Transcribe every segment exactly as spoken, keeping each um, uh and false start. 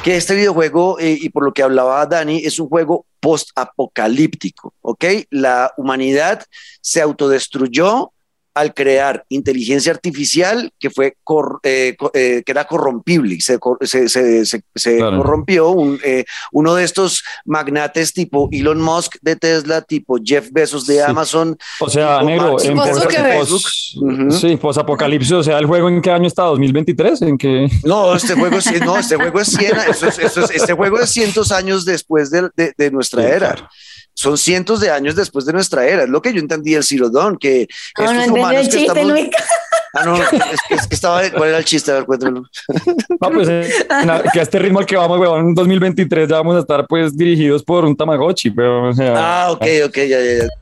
que este videojuego, eh, y por lo que hablaba Dani, es un juego post-apocalíptico, ¿ok? La humanidad se autodestruyó al crear inteligencia artificial que fue cor, eh, eh, que era corrompible y se, se, se, se, se claro. corrompió un, eh, uno de estos magnates tipo Elon Musk de Tesla, tipo Jeff Bezos de sí. Amazon. O sea, negro, en post, Facebook. Uh-huh. Sí, post-apocalipsis, o sea, ¿el juego en qué año está? ¿dos mil veintitrés? ¿En qué? No, este juego, no, este juego es cien, eso es, eso es, este juego es cientos años después de, de, de nuestra sí, era. Claro. Son cientos de años después de nuestra era. Es lo que yo entendí del Zero Dawn, que no, estos no humanos el que chiste, estamos... Luis. Ah, no, es, es que estaba... ¿Cuál era el chiste? A ver, cuéntalo. No, pues eh, que a este ritmo al que vamos, weón, en dos mil veintitrés ya vamos a estar pues dirigidos por un Tamagotchi, pero... O sea, ah, ok, ok, ya, ya, ya.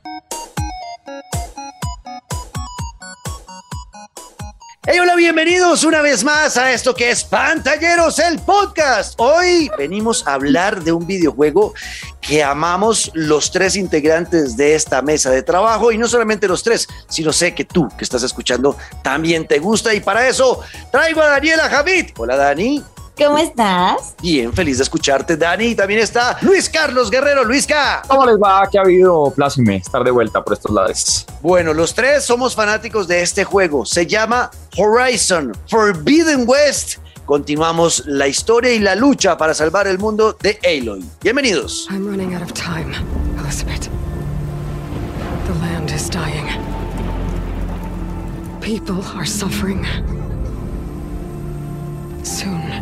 Hey, hola, bienvenidos una vez más a esto que es Pantalleros, el podcast. Hoy venimos a hablar de un videojuego que amamos los tres integrantes de esta mesa de trabajo, y no solamente los tres, sino sé que tú que estás escuchando también te gusta, y para eso traigo a Daniela Javid. Hola, Dani. ¿Cómo estás? Bien, feliz de escucharte, Dani. También está Luis Carlos Guerrero. Luisca. ¿Cómo les va? ¿Qué ha habido? Pláceme estar de vuelta por estos lados. Bueno, los tres somos fanáticos de este juego. Se llama Horizon Forbidden West. Continuamos la historia y la lucha para salvar el mundo de Aloy. Bienvenidos. I'm running out of time, Elizabeth. The land is dying. People are suffering. Soon.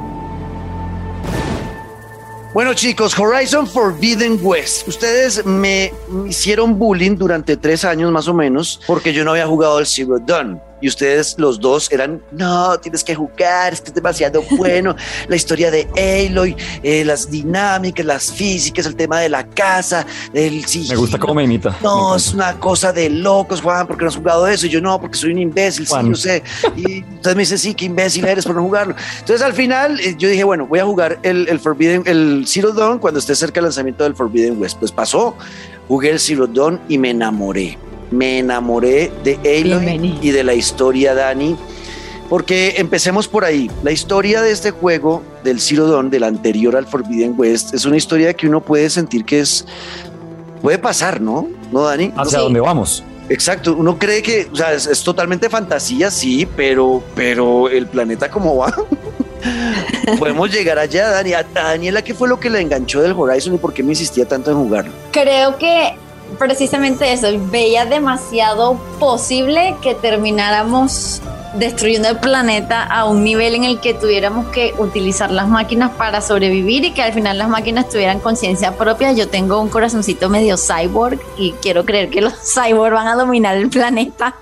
Bueno, chicos, Horizon Forbidden West. Ustedes me hicieron bullying durante tres años más o menos porque yo no había jugado el Zero Dawn. Y ustedes los dos eran, no, tienes que jugar, es que es demasiado bueno. La historia de Aloy, eh, las dinámicas, las físicas, el tema de la casa, el sigilo. Me gusta cómo me imita. No, me es una cosa de locos, Juan, porque no has jugado eso. Y yo no, porque soy un imbécil, Juan. Sí, yo sé. Y entonces me dicen, sí, qué imbécil eres por no jugarlo. Entonces al final eh, yo dije, bueno, voy a jugar el, el Forbidden, el Zero Dawn cuando esté cerca del lanzamiento del Forbidden West. Pues pasó, jugué el Zero Dawn y me enamoré. Me enamoré de Aloy Bienvenido. Y de la historia, Dani, porque empecemos por ahí. La historia de este juego, del Zero Dawn, del anterior al Forbidden West, es una historia que uno puede sentir que es, puede pasar, ¿no? ¿No, Dani? ¿Hacia sí. dónde vamos? Exacto, uno cree que, o sea, es, es totalmente fantasía, sí, pero, pero el planeta cómo va. Podemos llegar allá, Dani. A Daniela, ¿qué fue lo que le enganchó del Horizon y por qué me insistía tanto en jugarlo? Creo que precisamente eso, veía demasiado posible que termináramos destruyendo el planeta a un nivel en el que tuviéramos que utilizar las máquinas para sobrevivir y que al final las máquinas tuvieran conciencia propia. Yo tengo un corazoncito medio cyborg y quiero creer que los cyborg van a dominar el planeta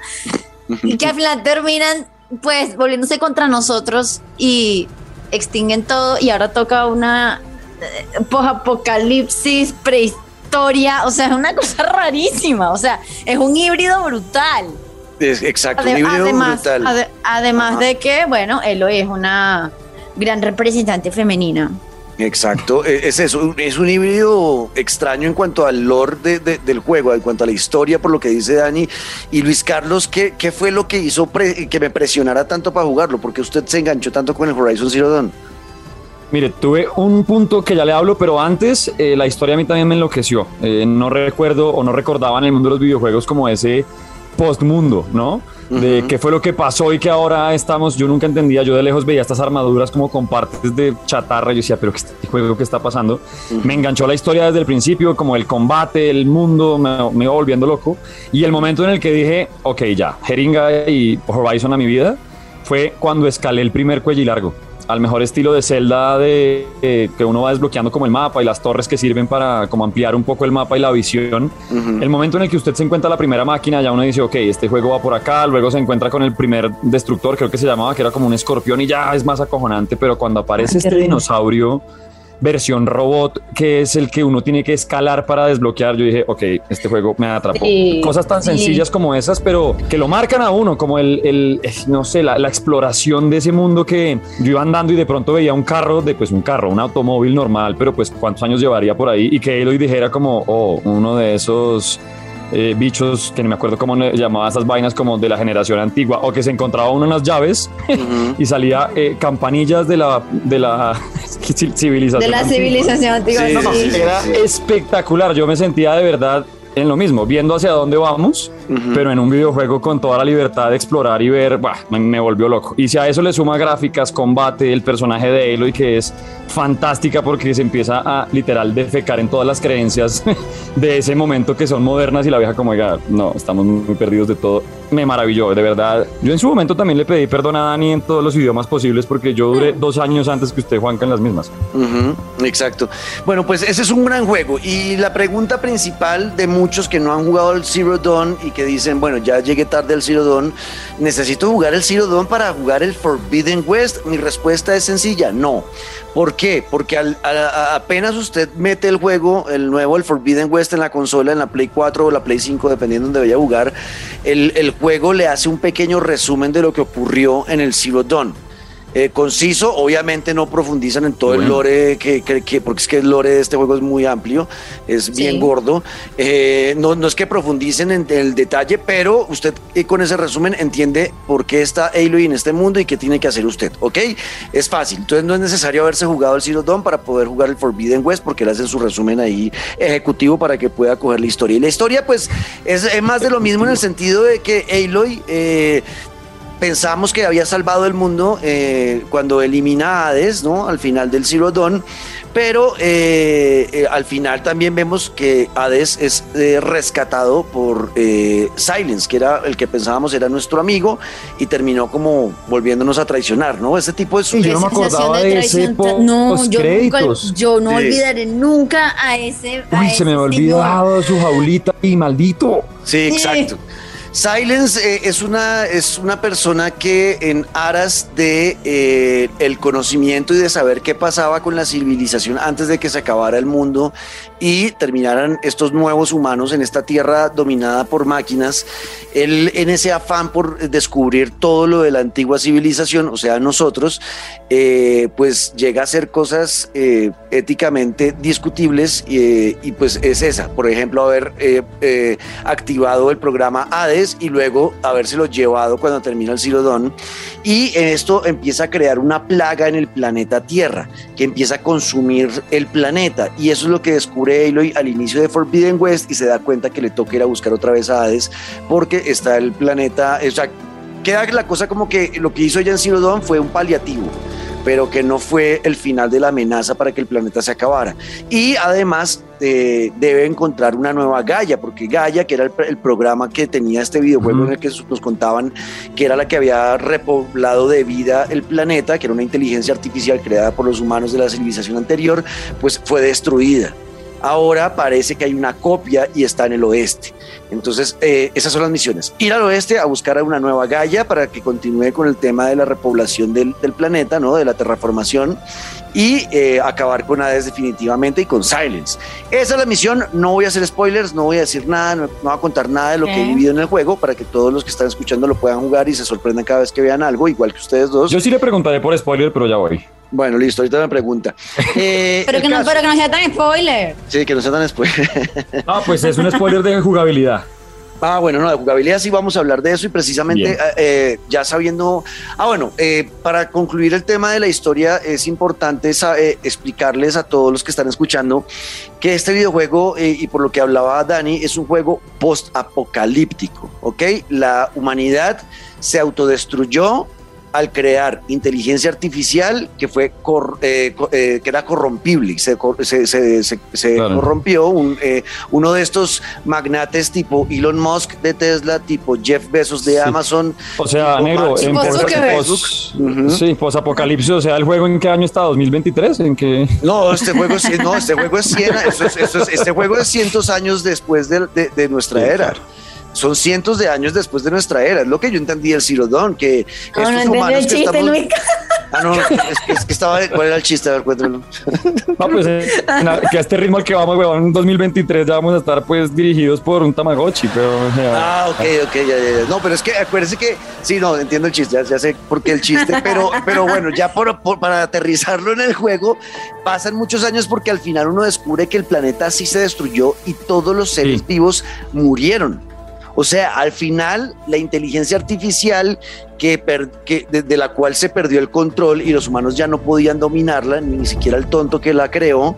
y que al final terminan pues volviéndose contra nosotros y extinguen todo, y ahora toca una eh, post-apocalipsis prehistórica. Historia, o sea, es una cosa rarísima, o sea, es un híbrido brutal. Es, exacto, Ade- un híbrido además, brutal. Ade- además Ajá. de que, bueno, Aloy es una gran representante femenina. Exacto, es eso, es un híbrido extraño en cuanto al lore de, de, del juego, en cuanto a la historia, por lo que dice Dani. Y Luis Carlos, ¿qué, qué fue lo que hizo pre- que me presionara tanto para jugarlo? ¿Por qué usted se enganchó tanto con el Horizon Zero Dawn? Mire, tuve un punto que ya le hablo, pero antes eh, la historia a mí también me enloqueció. Eh, no recuerdo o no recordaba en el mundo de los videojuegos como ese postmundo, ¿no? De uh-huh. qué fue lo que pasó y que ahora estamos, yo nunca entendía, yo de lejos veía estas armaduras como con partes de chatarra, yo decía, pero ¿qué este juego qué está pasando? Uh-huh. Me enganchó la historia desde el principio, como el combate, el mundo, me, me iba volviendo loco. Y el momento en el que dije, ok, ya, jeringa y Horizon a mi vida, fue cuando escalé el primer cuello largo. Al mejor estilo de Zelda, de eh, que uno va desbloqueando como el mapa y las torres que sirven para como ampliar un poco el mapa y la visión. Uh-huh. El momento en el que usted se encuentra la primera máquina, ya uno dice, ok, este juego va por acá. Luego se encuentra con el primer destructor, creo que se llamaba, que era como un escorpión, y ya es más acojonante. Pero cuando aparece este dinosaurio versión robot, que es el que uno tiene que escalar para desbloquear, yo dije, ok, este juego me atrapó. Sí, cosas tan sí. sencillas como esas, pero que lo marcan a uno, como el, el no sé, la, la exploración de ese mundo, que yo iba andando y de pronto veía un carro, de pues un carro, un automóvil normal, pero pues cuántos años llevaría por ahí, y que Aloy dijera como, oh, uno de esos eh, bichos, que no me acuerdo cómo le llamaba esas vainas, como de la generación antigua, o que se encontraba uno unas llaves uh-huh. y salía eh, campanillas de la, de la civilización de la antigua. civilización antigua. Sí, no, no, sí. era espectacular, yo me sentía de verdad en lo mismo, viendo hacia dónde vamos, uh-huh. pero en un videojuego con toda la libertad de explorar y ver, bah, me, me volvió loco. Y si a eso le suma gráficas, combate, el personaje de Aloy, que es fantástica porque se empieza a literal defecar en todas las creencias de ese momento que son modernas, y la vieja como, oiga, no, estamos muy perdidos de todo. Me maravilló, de verdad. Yo en su momento también le pedí perdón a Dani en todos los idiomas posibles, porque yo duré dos años antes que usted, Juanca, en las mismas. Uh-huh, exacto. Bueno, pues ese es un gran juego, y la pregunta principal de muchos que no han jugado el Zero Dawn y que dicen, bueno, ya llegué tarde al Zero Dawn, ¿necesito jugar el Zero Dawn para jugar el Forbidden West? Mi respuesta es sencilla, no. ¿Por qué? Porque al, a, a, apenas usted mete el juego, el nuevo, el Forbidden West en la consola, en la Play cuatro o la Play cinco, dependiendo de donde vaya a jugar, el, el juego le hace un pequeño resumen de lo que ocurrió en el Zero Dawn. Eh, conciso, obviamente no profundizan en todo bueno. el lore, que, que, que, porque es que el lore de este juego es muy amplio, es sí. bien gordo, eh, no, no es que profundicen en el detalle, pero usted eh, con ese resumen entiende por qué está Aloy en este mundo y qué tiene que hacer usted, ¿ok? Es fácil, entonces no es necesario haberse jugado el Zero Dawn para poder jugar el Forbidden West, porque le hacen su resumen ahí ejecutivo para que pueda coger la historia, y la historia pues es, es más de lo mismo en el sentido de que Aloy eh, pensamos que había salvado el mundo eh, cuando elimina a Hades, ¿no? Al final del Zero Dawn, pero eh, eh, al final también vemos que Hades es eh, rescatado por eh, Silence, que era el que pensábamos era nuestro amigo, y terminó como volviéndonos a traicionar, ¿no? Ese tipo de... Sí, yo no me acordaba de, de ese po- no, yo, nunca, yo no sí. olvidaré nunca a ese... A Uy, ese se me había olvidado su jaulita y maldito. Sí, exacto. Silence eh, es, una, es una persona que en aras de eh, el conocimiento y de saber qué pasaba con la civilización antes de que se acabara el mundo y terminaran estos nuevos humanos en esta tierra dominada por máquinas, él en ese afán por descubrir todo lo de la antigua civilización, o sea nosotros, eh, pues llega a hacer cosas eh, éticamente discutibles eh, y pues es esa, por ejemplo haber eh, eh, activado el programa Hades y luego habérselo llevado cuando termina el Zero Dawn, y en esto empieza a crear una plaga en el planeta Tierra que empieza a consumir el planeta, y eso es lo que descubre Aloy al inicio de Forbidden West, y se da cuenta que le toca ir a buscar otra vez a Hades porque está el planeta, o sea, queda la cosa como que lo que hizo ella en Zero Dawn fue un paliativo, pero que no fue el final de la amenaza para que el planeta se acabara. Y además eh, debe encontrar una nueva Gaia, porque Gaia, que era el, el programa que tenía este videojuego uh-huh. en el que nos contaban que era la que había repoblado de vida el planeta, que era una inteligencia artificial creada por los humanos de la civilización anterior, pues fue destruida. Ahora parece que hay una copia y está en el oeste. Entonces, eh, esas son las misiones. Ir al oeste a buscar a una nueva Gaia para que continúe con el tema de la repoblación del, del planeta, ¿no? De la terraformación, y eh, acabar con Hades definitivamente y con Silence. Esa es la misión. No voy a hacer spoilers, no voy a decir nada, no, no voy a contar nada de lo ¿Eh? que he vivido en el juego para que todos los que están escuchando lo puedan jugar y se sorprendan cada vez que vean algo, igual que ustedes dos. Yo sí le preguntaré por spoiler, pero ya voy. Bueno, listo, ahorita me pregunta. Eh, pero, que no, pero que no sea tan spoiler. Sí, que no sea tan spoiler. Ah, pues es un spoiler de jugabilidad. Ah, bueno, no, de jugabilidad sí vamos a hablar de eso, y precisamente eh, ya sabiendo... Ah, bueno, eh, para concluir el tema de la historia es importante saber, explicarles a todos los que están escuchando que este videojuego, eh, y por lo que hablaba Dani, es un juego post-apocalíptico, ¿ok? La humanidad se autodestruyó al crear inteligencia artificial que fue cor, eh, eh, que era corrompible, se, se, se, se, se claro. corrompió un, eh, uno de estos magnates tipo Elon Musk de Tesla, tipo Jeff Bezos de sí. Amazon. O sea, negro, en post, uh-huh. sí, post-apocalipsis, o sea, ¿el juego en qué año está? ¿dos mil veintitrés? ¿En qué? No, este juego es, no, este juego es cien, eso es, eso es, este juego es cientos años después de, de, de nuestra sí, era. Claro. Son cientos de años después de nuestra era, es lo que yo entendí del Zero Dawn, que no, estos no humanos que chiste, estamos... Luis. Ah, no, es que, es que estaba. ¿Cuál era el chiste? A ver, cuéntalo. No, pues eh, que a este ritmo al que vamos, weón, en dos mil veintitrés ya vamos a estar pues dirigidos por un Tamagotchi, pero... Ah, ok, ok, ya, ya, ya. No, pero es que acuérdense que, sí, no, entiendo el chiste, ya, ya sé por qué el chiste, pero, pero bueno, ya por, por, para aterrizarlo en el juego, pasan muchos años porque al final uno descubre que el planeta sí se destruyó y todos los seres sí. vivos murieron. O sea, al final, la inteligencia artificial que, per, que de, de la cual se perdió el control y los humanos ya no podían dominarla, ni siquiera el tonto que la creó,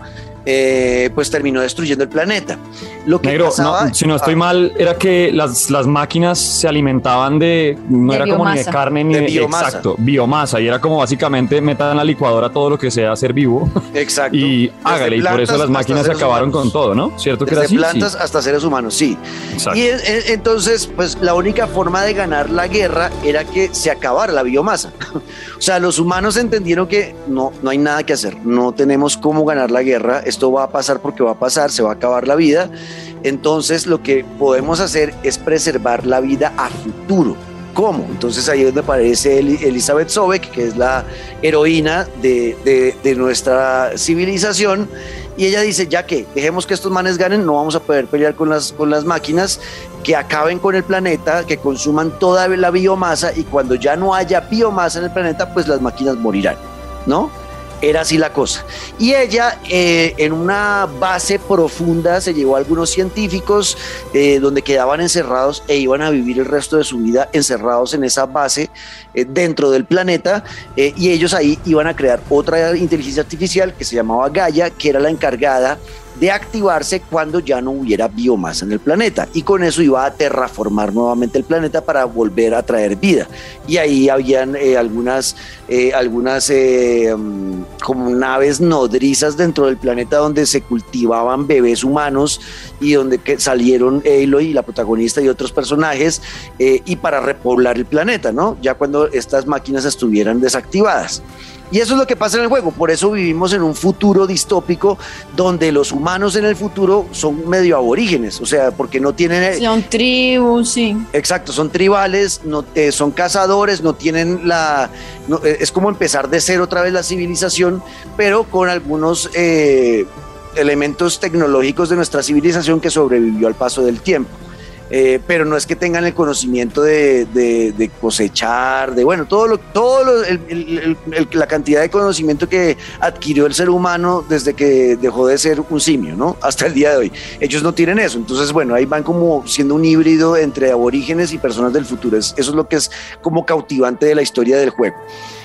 eh, pues terminó destruyendo el planeta. Lo que Negro, pasaba, no, si no estoy ah, mal, era que las, las máquinas se alimentaban de, no de era biomasa. como ni de carne ni de, de biomasa. Exacto, biomasa, y era como básicamente metan en la licuadora todo lo que sea ser vivo. Exacto. Y hágale, y por eso las máquinas se acabaron humanos. Con todo, ¿no? ¿Cierto que Desde era así? plantas sí. hasta seres humanos, sí. Exacto. Y en, en, entonces, pues la única forma de ganar la guerra era que se acabara la biomasa. O sea, los humanos entendieron que no, no hay nada que hacer, no tenemos cómo ganar la guerra, esto va a pasar porque va a pasar, se va a acabar la vida. Entonces lo que podemos hacer es preservar la vida a futuro. ¿Cómo? Entonces ahí es donde aparece Elizabeth Sobek, que es la heroína de, de, de nuestra civilización, y ella dice, ya que dejemos que estos manes ganen, no vamos a poder pelear con las, con las máquinas, que acaben con el planeta, que consuman toda la biomasa, y cuando ya no haya biomasa en el planeta, pues las máquinas morirán, ¿no? Era así la cosa. Y ella, eh, en una base profunda, se llevó a algunos científicos eh, donde quedaban encerrados e iban a vivir el resto de su vida encerrados en esa base eh, dentro del planeta, eh, y ellos ahí iban a crear otra inteligencia artificial que se llamaba Gaia, que era la encargada de activarse cuando ya no hubiera biomasa en el planeta, y con eso iba a terraformar nuevamente el planeta para volver a traer vida. Y ahí habían eh, algunas, eh, algunas eh, um, como naves nodrizas dentro del planeta donde se cultivaban bebés humanos y donde que salieron Aloy, la protagonista, y otros personajes, eh, y para repoblar el planeta, ¿no? Ya cuando estas máquinas estuvieran desactivadas. Y eso es lo que pasa en el juego, por eso vivimos en un futuro distópico donde los humanos en el futuro son medio aborígenes, o sea, porque no tienen... Son tribus, sí. Exacto, son tribales, no, eh, son cazadores, no tienen la... No, eh, es como empezar de cero otra vez la civilización, pero con algunos eh, elementos tecnológicos de nuestra civilización que sobrevivió al paso del tiempo. Eh, pero no es que tengan el conocimiento de, de, de cosechar, de bueno, todo lo, todo lo, el, el, el, la cantidad de conocimiento que adquirió el ser humano desde que dejó de ser un simio, ¿no? Hasta el día de hoy. Ellos no tienen eso, entonces bueno, ahí van como siendo un híbrido entre aborígenes y personas del futuro. Es, eso es lo que es como cautivante de la historia del juego.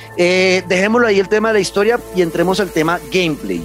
Eh, dejémoslo ahí el tema de la historia y entremos al tema gameplay.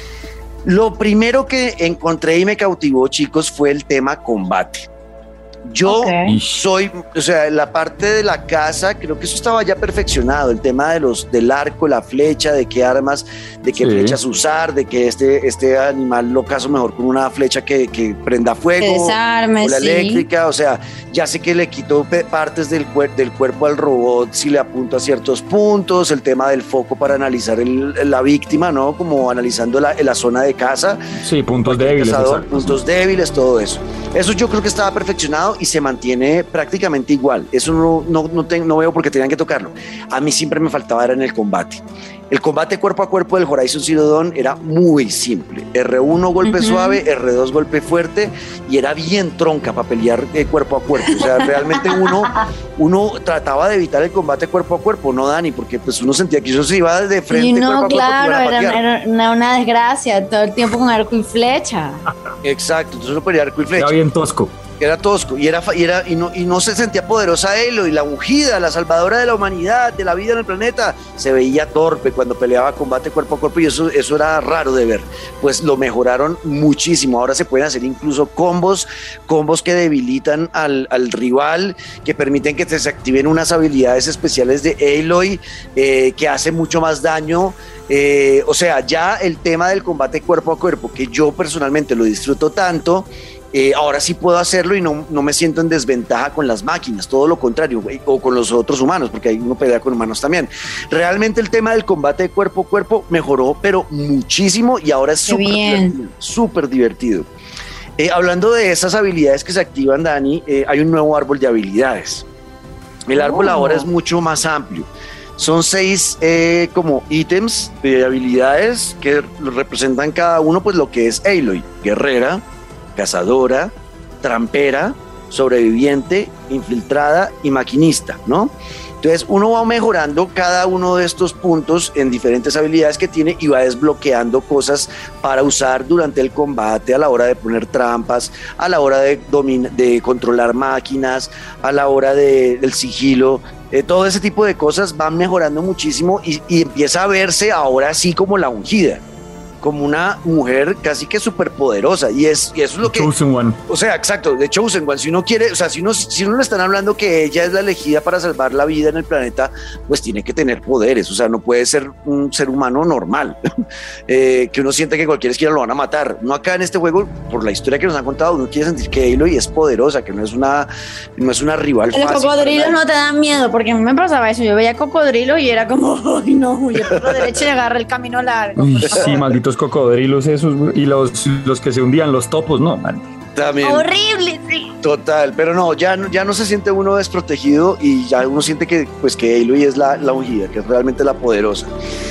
Lo primero que encontré y me cautivó, chicos, fue el tema combate. Yo okay. soy, o sea, la parte de la casa, creo que eso estaba ya perfeccionado, el tema de los, del arco, la flecha, de qué armas, de qué sí. flechas usar, de que este, este animal lo caso mejor con una flecha que, que prenda fuego, desarme, o la sí. eléctrica, o sea, ya sé que le quito partes del, cuer del cuerpo al robot si le apunto a ciertos puntos, el tema del foco para analizar el, la víctima, ¿no? Como analizando la, la zona de casa. Sí, puntos débiles. Cazador, puntos débiles, todo eso. Eso yo creo que estaba perfeccionado y se mantiene prácticamente igual. Eso no, no, no, te, no veo por qué tenían que tocarlo. A mí siempre me faltaba era en el combate. El combate cuerpo a cuerpo del Horizon Zero Dawn era muy simple. erre uno golpe uh-huh. suave, erre dos golpe fuerte, y era bien tronca para pelear eh, cuerpo a cuerpo. O sea, realmente uno, uno trataba de evitar el combate cuerpo a cuerpo, no Dani, porque pues uno sentía que eso se iba de frente. Y no, cuerpo claro, a cuerpo, era, era una, una desgracia, todo el tiempo con arco y flecha. Exacto, entonces uno peleaba arco y flecha. Era bien tosco. Era tosco y, era, y, era, y, no, y no se sentía poderosa Aloy, la ungida, la salvadora de la humanidad, de la vida en el planeta. Se veía torpe cuando peleaba combate cuerpo a cuerpo y eso, eso era raro de ver. Pues lo mejoraron muchísimo. Ahora se pueden hacer incluso combos, combos que debilitan al, al rival, que permiten que se activen unas habilidades especiales de Aloy, eh, que hace mucho más daño. Eh, o sea, ya el tema del combate cuerpo a cuerpo, que yo personalmente lo disfruto tanto, Eh, ahora sí puedo hacerlo y no, no me siento en desventaja con las máquinas, todo lo contrario, o con los otros humanos, porque hay uno pelea con humanos también. Realmente el tema del combate de cuerpo a cuerpo mejoró, pero muchísimo, y ahora es súper divertido, súper divertido. Eh, hablando de esas habilidades que se activan, Dani, eh, hay un nuevo árbol de habilidades. El árbol oh. ahora es mucho más amplio. Son seis eh, como ítems de habilidades que representan cada uno pues lo que es Aloy: guerrera, cazadora, trampera, sobreviviente, infiltrada y maquinista, ¿no? Entonces uno va mejorando cada uno de estos puntos en diferentes habilidades que tiene y va desbloqueando cosas para usar durante el combate, a la hora de poner trampas, a la hora de, domin- de controlar máquinas, a la hora de, del sigilo. Eh, todo ese tipo de cosas van mejorando muchísimo y, y empieza a verse ahora sí como la ungida, como una mujer casi que súper poderosa, y, es, y eso es lo que... Chosen One. O sea, exacto, de Chosen One. Si uno quiere, o sea, si uno, si uno le están hablando que ella es la elegida para salvar la vida en el planeta, pues tiene que tener poderes, o sea, no puede ser un ser humano normal, eh, que uno siente que cualquier esquina lo van a matar. No acá en este juego, por la historia que nos han contado, uno quiere sentir que Aloy es poderosa, que no es una, no es una rival Los fácil. cocodrilos no te dan miedo, porque a mí me pasaba eso. Yo veía cocodrilos y era como, ay no, huye por la derecha y agarra el camino largo. Uy, sí, malditos cocodrilos esos, y los, los que se hundían, los topos, no, man. También. Horrible, sí. Total, pero no, ya, no- ya no se siente uno desprotegido y ya uno siente que, pues, que Aloy es la, la ungida, que es realmente la poderosa.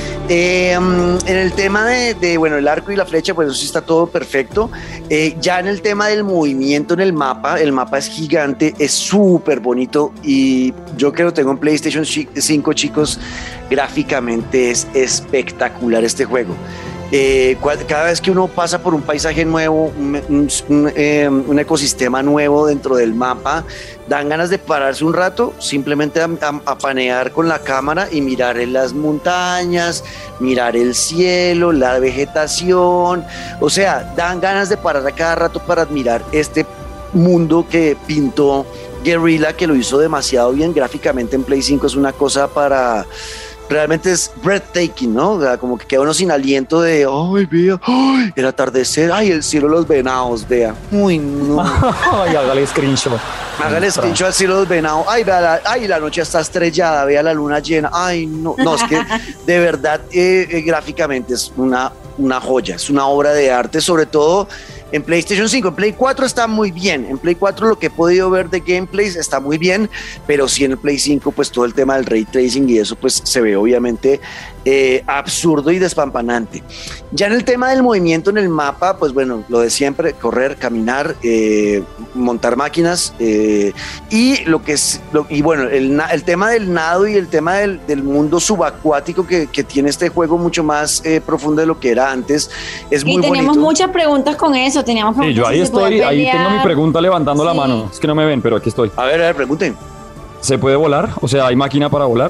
Eh, um, en el tema de, de, bueno, el arco y la flecha, pues eso sí está todo perfecto. Eh, ya en el tema del movimiento en el mapa, el mapa es gigante, es súper bonito y yo que lo tengo en PlayStation cinco, chicos, gráficamente es espectacular este juego. Eh, cua- cada vez que uno pasa por un paisaje nuevo, un, un- un, eh, un ecosistema nuevo dentro del mapa, dan ganas de pararse un rato, simplemente a, a- a panear con la cámara y mirar en las montañas, mirar el cielo, la vegetación. O sea, dan ganas de parar a cada rato para admirar este mundo que pintó Guerrilla, que lo hizo demasiado bien gráficamente en Play cinco. Es una cosa para... Realmente es breathtaking, ¿no? O sea, como que queda uno sin aliento de, ay, vea, ay, el atardecer, ay, el cielo de los venados, vea. Uy, no. Ay, hágale screenshot. Hágale screenshot al cielo de los venados. Ay, vea, la, ay, la noche está estrellada, vea la luna llena. Ay, no. No, es que de verdad, eh, eh, gráficamente es una, una joya, es una obra de arte, sobre todo en PlayStation cinco. En Play cuatro está muy bien. En Play cuatro lo que he podido ver de gameplays está muy bien, pero sí en el Play cinco, pues todo el tema del ray tracing y eso, pues se ve obviamente eh, absurdo y despampanante. Ya en el tema del movimiento en el mapa, pues bueno, lo de siempre: correr, caminar, eh, montar máquinas, eh, y lo que es, lo, y bueno, el, el tema del nado y el tema del, del mundo subacuático que, que tiene este juego mucho más eh, profundo de lo que era antes. Es muy Y teníamos bonito. muchas preguntas con eso. Teníamos Sí, yo ahí si se puede estoy, ahí pelear. tengo mi pregunta levantando la Sí. mano. Es que no me ven, pero aquí estoy. A ver, a ver, pregunten. ¿Se puede volar? O sea, ¿hay máquina para volar?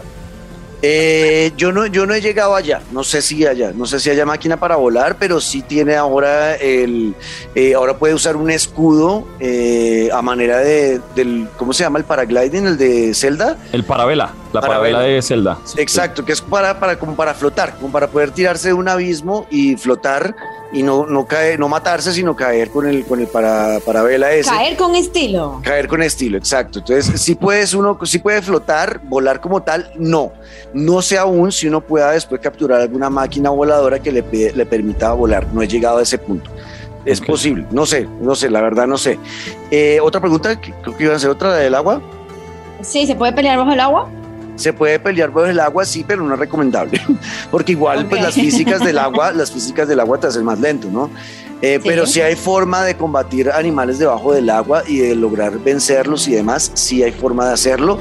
Eh, yo, no, yo no he llegado allá, no sé si allá, no sé si haya máquina para volar, pero sí tiene ahora el, eh, ahora puede usar un escudo eh, a manera de, del, ¿cómo se llama? El paragliding, el de Zelda. El parabela, la Parabela. parabela de Zelda. Sí, Exacto, que es para, para, como para flotar, como para poder tirarse de un abismo y flotar y no, no caer, no matarse, sino caer con el, con el para, parabela ese. Caer con estilo. Caer con estilo, exacto. Entonces, si puedes uno, si puede flotar, volar como tal, no. No sé aún si uno pueda después capturar alguna máquina voladora que le, pe- le permita volar. No he llegado a ese punto. Es Ok. posible, no sé, no sé, la verdad no sé. Eh, otra pregunta, que creo que iba a ser otra, la del agua. Sí, ¿se puede pelear bajo el agua? Se puede pelear bajo el agua, sí, pero no es recomendable, porque igual Ok. pues las físicas del agua, las físicas del agua te hacen más lento, ¿no? Eh, Sí. Pero sí hay forma de combatir animales debajo del agua y de lograr vencerlos y demás, sí hay forma de hacerlo.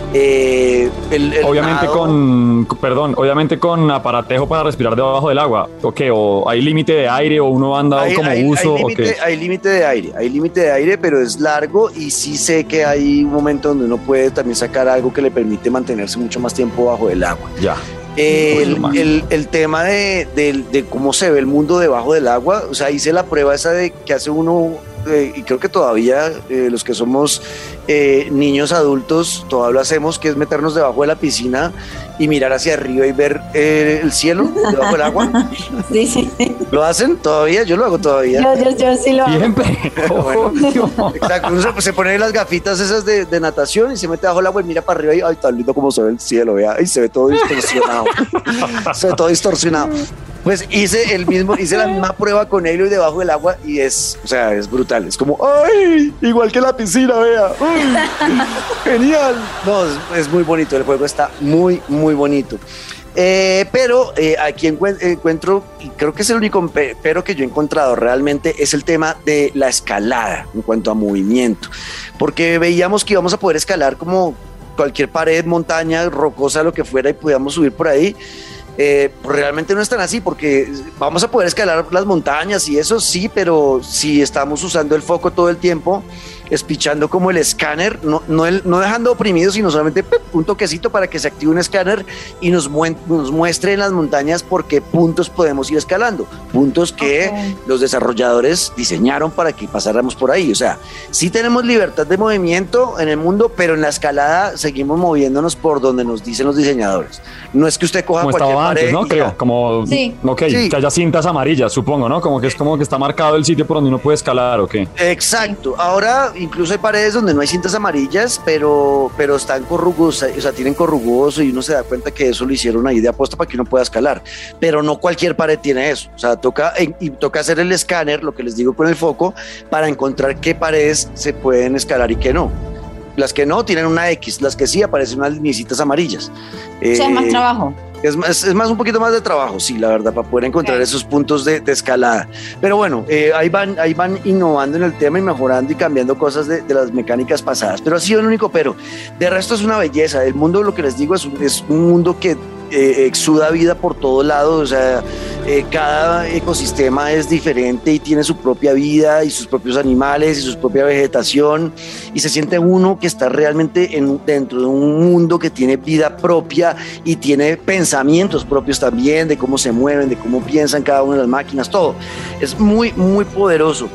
Eh, el- el Obviamente nado- con, perdón, obviamente con aparatejo para respirar debajo del agua. ¿O qué? ¿O hay límite de aire o uno anda Hay, como hay- buzo hay o límite, qué? hay límite de aire, hay límite de aire, pero es largo y sí sé que hay un momento donde uno puede también sacar algo que le permite mantenerse mucho más tiempo bajo el agua. Ya. El, Más. el- el tema de, de- de cómo se ve el mundo debajo del agua, o sea, hice la prueba esa de que hace uno, eh, y creo que todavía eh, los que somos eh, niños adultos, todavía lo hacemos, que es meternos debajo de la piscina y mirar hacia arriba y ver eh, el cielo debajo del agua. Sí, sí, sí. ¿Lo hacen todavía? Yo lo hago todavía. Yo, yo, yo sí lo hago. Siempre. Bueno. Obvio. Exacto, uno se, se pone las gafitas esas de, de natación y se mete bajo el agua y mira para arriba y ay, tan lindo como se ve el cielo, vea, y se ve todo distorsionado. Se ve todo distorsionado. Pues hice el mismo, hice la misma prueba con Aloy debajo del agua y es, o sea, es brutal. Es como, ¡ay! Igual que la piscina, vea. ¡Ay! ¡Genial! No, es, es muy bonito. El juego está muy, muy bonito. Eh, pero eh, aquí encu- encuentro, y creo que es el único pe- pero que yo he encontrado realmente, es el tema de la escalada en cuanto a movimiento. Porque veíamos que íbamos a poder escalar como cualquier pared, montaña, rocosa, lo que fuera, y podíamos subir por ahí. Eh, pues realmente no es tan así, porque vamos a poder escalar las montañas y eso sí, pero si estamos usando el foco todo el tiempo, espichando como el escáner, no, no, el, no dejando oprimido, sino solamente ¡pip! Un toquecito para que se active un escáner y nos, mu- nos muestre en las montañas por qué puntos podemos ir escalando, puntos que okay. los desarrolladores diseñaron para que pasáramos por ahí. O sea, sí tenemos libertad de movimiento en el mundo, pero en la escalada seguimos moviéndonos por donde nos dicen los diseñadores. No es que usted coja como cualquier estaba pared, antes, ¿no? Creo, ya. como, sí. ok, sí. que haya cintas amarillas, supongo, ¿no? Como que es como que está marcado el sitio por donde uno puede escalar, ¿o qué? Exacto. Ahora incluso hay paredes donde no hay cintas amarillas, pero, pero están corrugosas, o sea, tienen corrugoso y uno se da cuenta que eso lo hicieron ahí de aposta para que uno pueda escalar. Pero no cualquier pared tiene eso. O sea, toca, y toca hacer el escáner, lo que les digo con el foco, para encontrar qué paredes se pueden escalar y qué no. Las que no tienen una X, las que sí aparecen unas lineecitas amarillas. O sea, eh, es más trabajo. Es más, es más un poquito más de trabajo, sí, la verdad, para poder encontrar okay. esos puntos de, de escalada. Pero bueno, eh, ahí, van, ahí van innovando en el tema y mejorando y cambiando cosas de, de las mecánicas pasadas. Pero ha sido el único pero. De resto es una belleza. El mundo, lo que les digo, es un, es un mundo que eh, exuda vida por todos lados. O sea, eh, cada ecosistema es diferente y tiene su propia vida y sus propios animales y su propia vegetación. Y se siente uno que está realmente en, dentro de un mundo que tiene vida propia y tiene pensamientos propios también, de cómo se mueven, de cómo piensan cada una de las máquinas, todo. Es muy, muy poderoso.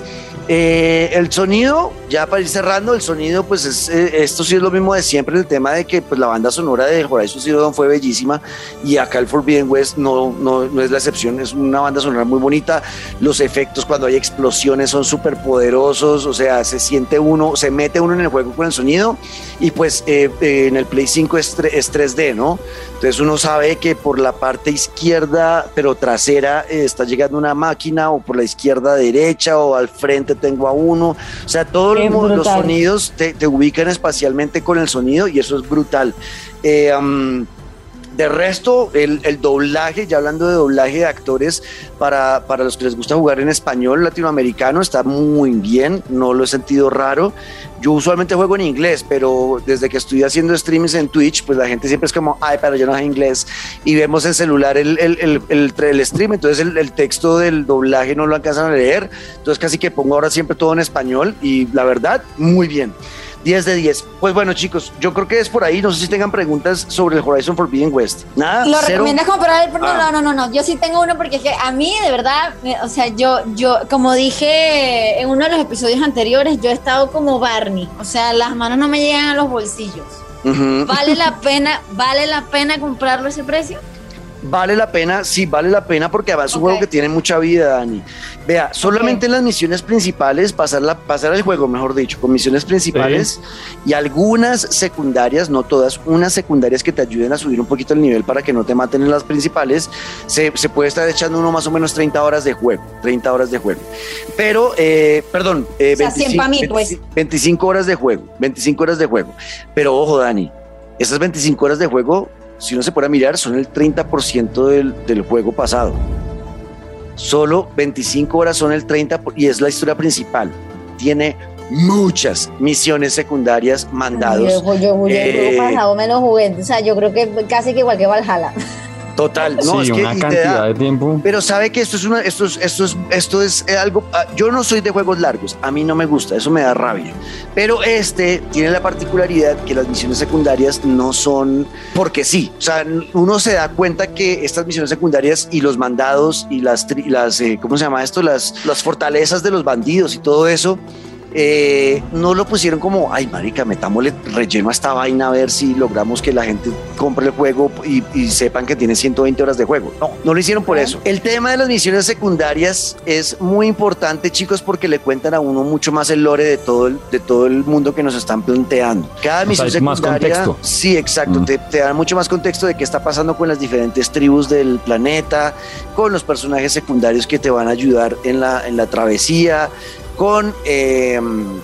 Eh, el sonido, ya para ir cerrando, el sonido, pues es, eh, esto sí es lo mismo de siempre, el tema de que pues, la banda sonora de Horizon Zero Dawn fue bellísima y acá el Forbidden West no, no, no es la excepción, es una banda sonora muy bonita, los efectos cuando hay explosiones son súper poderosos, o sea, se siente uno, se mete uno en el juego con el sonido y pues eh, eh, en el Play cinco es, es tres D, ¿no? Entonces uno sabe que por la parte izquierda, pero trasera, eh, está llegando una máquina o por la izquierda derecha o al frente tengo a uno, o sea, todos los, los sonidos te, te ubican espacialmente con el sonido y eso es brutal. Eh, um, de resto, el, el doblaje, ya hablando de doblaje de actores, para, para los que les gusta jugar en español latinoamericano, está muy bien, no lo he sentido raro. Yo usualmente juego en inglés, pero desde que estoy haciendo streams en Twitch, pues la gente siempre es como, ay, pero yo no sé inglés, y vemos en celular el, el, el, el, el stream, entonces el, el texto del doblaje no lo alcanzan a leer, entonces casi que pongo ahora siempre todo en español, y la verdad, muy bien. diez de diez. Pues bueno, chicos, yo creo que es por ahí. No sé si tengan preguntas sobre el Horizon Forbidden West. Nada. ¿Lo cero. recomiendas comprar el? No, ah. no, no, no. Yo sí tengo uno porque es que a mí, de verdad, o sea, yo, yo, como dije en uno de los episodios anteriores, yo he estado como Barney. O sea, las manos no me llegan a los bolsillos. Uh-huh. ¿Vale la pena, vale la pena comprarlo a ese precio? Vale la pena, sí, vale la pena porque además es un okay. juego que tiene mucha vida, Dani. Vea, solamente okay. en las misiones principales, pasar, la, pasar el juego, mejor dicho, con misiones principales sí. y algunas secundarias, no todas, unas secundarias que te ayuden a subir un poquito el nivel para que no te maten en las principales, se, se puede estar echando uno más o menos treinta horas de juego, treinta horas de juego. Pero, eh, perdón, eh, o sea, veinticinco, mí, pues. veinticinco horas de juego, veinticinco horas de juego. Pero ojo, Dani, esas veinticinco horas de juego, si uno se pone a mirar, son el treinta por ciento del, del juego pasado. Solo veinticinco horas son el treinta por ciento y es la historia principal. Tiene muchas misiones secundarias mandados. Yo, yo, yo eh, el juego pasado me lo jugué, o sea, yo creo que casi que igual que Valhalla. Total, no, sí, es que una cantidad da, de tiempo. Pero sabe que esto es una, esto es, esto es, esto es algo. Yo no soy de juegos largos, a mí no me gusta, eso me da rabia. Pero este tiene la particularidad que las misiones secundarias no son porque sí. O sea, uno se da cuenta que estas misiones secundarias y los mandados y las, las eh, ¿cómo se llama esto? Las, las fortalezas de los bandidos y todo eso eh, no lo pusieron como, ay marica, metámosle relleno a esta vaina a ver si logramos que la gente compre el juego y, y sepan que tiene ciento veinte horas de juego. No, no lo hicieron por eso. El tema de las misiones secundarias es muy importante, chicos, porque le cuentan a uno mucho más el lore de todo el, de todo el mundo que nos están planteando. Cada misión o sea, secundaria, más contexto. Sí, exacto, mm. te, te dan mucho más contexto de qué está pasando con las diferentes tribus del planeta, con los personajes secundarios que te van a ayudar en la, en la travesía, con, eh,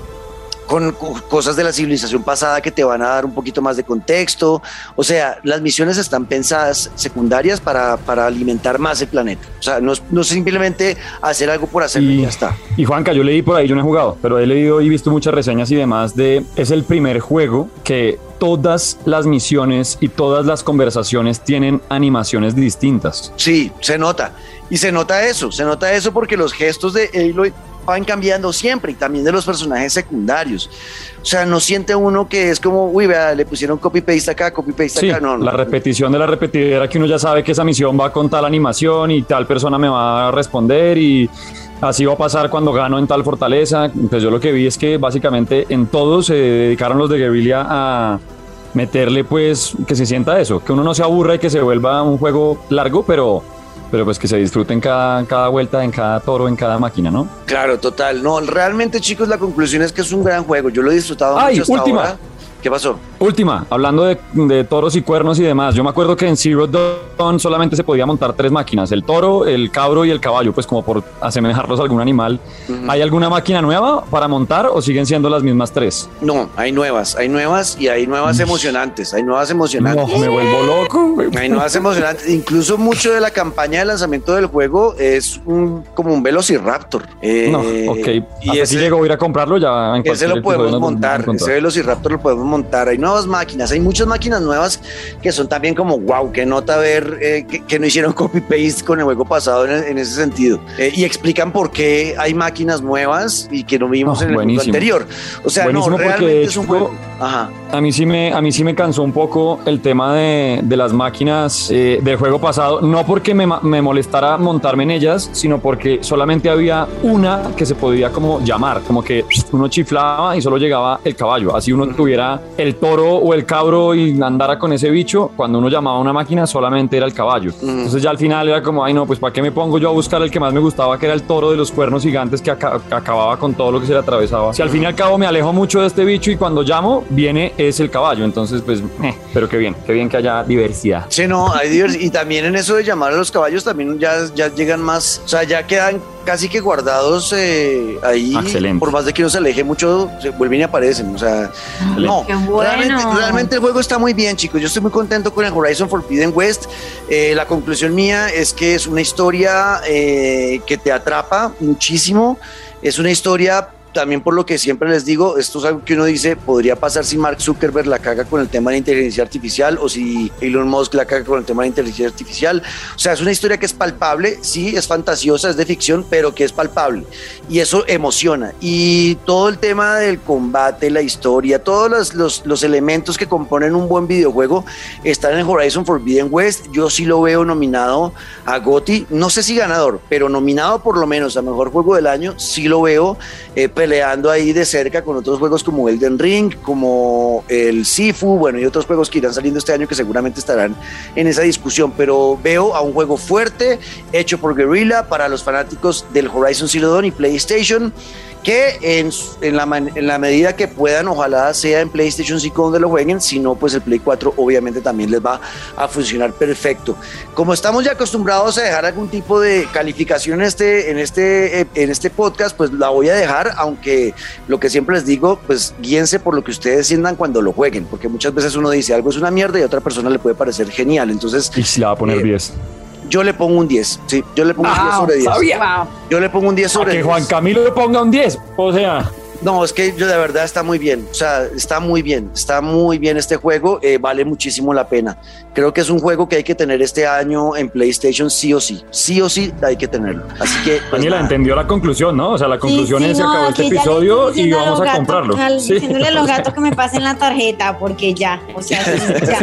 con cosas de la civilización pasada que te van a dar un poquito más de contexto. O sea, las misiones están pensadas secundarias para, para alimentar más el planeta. O sea, no, no simplemente hacer algo por hacerlo y, y ya está. Y Juanca, yo leí por ahí, yo no he jugado, pero he leído y visto muchas reseñas y demás de, es el primer juego que todas las misiones y todas las conversaciones tienen animaciones distintas. Sí, se nota. Y se nota eso, se nota eso porque los gestos de Aloy van cambiando siempre y también de los personajes secundarios. O sea, no siente uno que es como, uy, vea, le pusieron copy-paste acá, copy-paste sí, acá. No, no. La repetición de la repetidera que uno ya sabe que esa misión va con tal animación y tal persona me va a responder y así va a pasar cuando gano en tal fortaleza. Pues yo lo que vi es que básicamente en todo se dedicaron los de Guerrilla a meterle pues que se sienta eso, que uno no se aburra y que se vuelva un juego largo, pero... pero pues que se disfruten cada, cada vuelta, en cada toro, en cada máquina, ¿no? Claro, total. No, realmente, chicos, la conclusión es que es un gran juego. Yo lo he disfrutado ¡Ay, mucho hasta última! ahora. ¿Qué pasó? Última, hablando de, de toros y cuernos y demás. Yo me acuerdo que en Zero Dawn solamente se podía montar tres máquinas, el toro, el cabro y el caballo, pues como por asemejarlos a algún animal. Uh-huh. ¿Hay alguna máquina nueva para montar o siguen siendo las mismas tres? No, hay nuevas, hay nuevas y hay nuevas emocionantes, hay nuevas emocionantes. No, me vuelvo loco. Hay nuevas emocionantes. Incluso mucho de la campaña de lanzamiento del juego es un, como un Velociraptor. Eh, no, ok. Y ese llego a ir a comprarlo ya. En ese lo podemos montar, ese Velociraptor lo podemos montar. Hay nuevas máquinas, hay muchas máquinas nuevas que son también como wow, que nota ver eh, que, que no hicieron copy-paste con el juego pasado en, en ese sentido. Eh, y explican por qué hay máquinas nuevas y que no vimos oh, en el juego anterior. O sea, buenísimo, no, realmente hecho, es un juego. Ajá. A mí sí me, a mí sí me cansó un poco el tema de, de las máquinas eh, del juego pasado, no porque me, me molestara montarme en ellas, sino porque solamente había una que se podía como llamar, como que uno chiflaba y solo llegaba el caballo, así uno uh-huh. tuviera el toro o el cabro y andara con ese bicho, cuando uno llamaba a una máquina solamente era el caballo. Uh-huh. Entonces ya al final era como, ay no, pues ¿para qué me pongo yo a buscar el que más me gustaba, que era el toro de los cuernos gigantes que aca- acababa con todo lo que se le atravesaba? Si al fin y al cabo me alejo mucho de este bicho y cuando llamo viene es el caballo, entonces pues, eh, pero qué bien, qué bien que haya diversidad. Sí, no, hay diversidad, y también en eso de llamar a los caballos también ya, ya llegan más, o sea, ya quedan casi que guardados eh, ahí. Excelente. Por más de que no se aleje mucho, se vuelven y aparecen, o sea, excelente. No, qué bueno. realmente, realmente el juego está muy bien, chicos, yo estoy muy contento con el Horizon Forbidden West. Eh, la conclusión mía es que es una historia eh, que te atrapa muchísimo, es una historia también por lo que siempre les digo, esto es algo que uno dice, podría pasar si Mark Zuckerberg la caga con el tema de la inteligencia artificial o si Elon Musk la caga con el tema de la inteligencia artificial. O sea, es una historia que es palpable, sí, es fantasiosa, es de ficción, pero que es palpable. Y eso emociona. Y todo el tema del combate, la historia, todos los, los, los elementos que componen un buen videojuego están en Horizon Forbidden West. Yo sí lo veo nominado a G O T Y, no sé si ganador, pero nominado por lo menos a Mejor Juego del Año, sí lo veo eh, peleando ahí de cerca con otros juegos como Elden Ring, como el Sifu, bueno, y otros juegos que irán saliendo este año que seguramente estarán en esa discusión, pero veo a un juego fuerte, hecho por Guerrilla, para los fanáticos del Horizon Zero Dawn y PlayStation, que en, en, la, en la medida que puedan, ojalá sea en PlayStation cinco donde lo jueguen, si no, pues el Play cuatro obviamente también les va a funcionar perfecto. Como estamos ya acostumbrados a dejar algún tipo de calificación en este, en este, en este podcast, pues la voy a dejar, aunque lo que siempre les digo, pues guíense por lo que ustedes sientan cuando lo jueguen, porque muchas veces uno dice algo es una mierda y a otra persona le puede parecer genial, entonces... Y si le va a poner diez. Eh, Yo le pongo un diez, sí, yo le pongo ah, un diez sobre diez. Sabía. Yo le pongo un diez sobre a que diez. Juan Camilo le ponga un diez, o sea... No, es que yo de verdad está muy bien, o sea, está muy bien, está muy bien este juego, eh, vale muchísimo la pena. Creo que es un juego que hay que tener este año en PlayStation sí o sí, sí o sí hay que tenerlo. Así que... Pues Daniela, nada. Entendió la conclusión, ¿no? O sea, la conclusión sí, sí, es que no, acabó este episodio y vamos a, a comprarlo. Al, sí. Diciéndole a los gatos que me pasen la tarjeta, porque ya, o sea, sí, ya.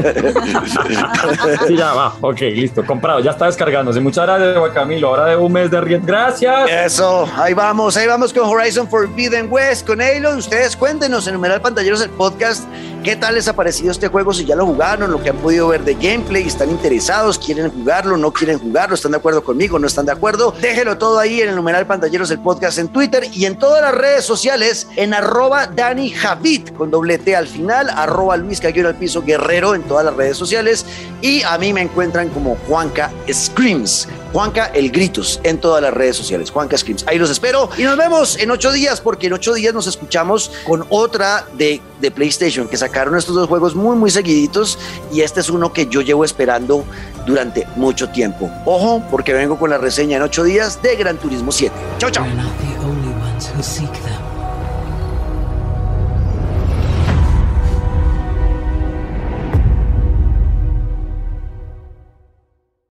Sí, ya va, ok, listo, comprado, ya está descargándose. Muchas gracias, Juan Camilo, ahora de un mes de rienda. Gracias. Eso, ahí vamos, ahí vamos con Horizon Forbidden West. con Halo. Ustedes cuéntenos en Numeral Pantalleros el podcast qué tal les ha parecido este juego, si ya lo jugaron, lo que han podido ver de gameplay, están interesados, quieren jugarlo, no quieren jugarlo, están de acuerdo conmigo, no están de acuerdo. Déjenlo todo ahí en el Numeral Pantalleros el podcast en Twitter y en todas las redes sociales en arroba Dani Javid con doble T al final, arroba Luis Caguero al piso Guerrero en todas las redes sociales y a mí me encuentran como Juanca Screams, Juanca el Gritos en todas las redes sociales, Juanca Screams. Ahí los espero y nos vemos en ocho días porque en ocho días nos escuchamos con otra de, de PlayStation que sacaron estos dos juegos muy muy seguiditos y este es uno que yo llevo esperando durante mucho tiempo. Ojo, porque vengo con la reseña en ocho días de Gran Turismo siete. Chau, chau. We're not the only ones who seek them.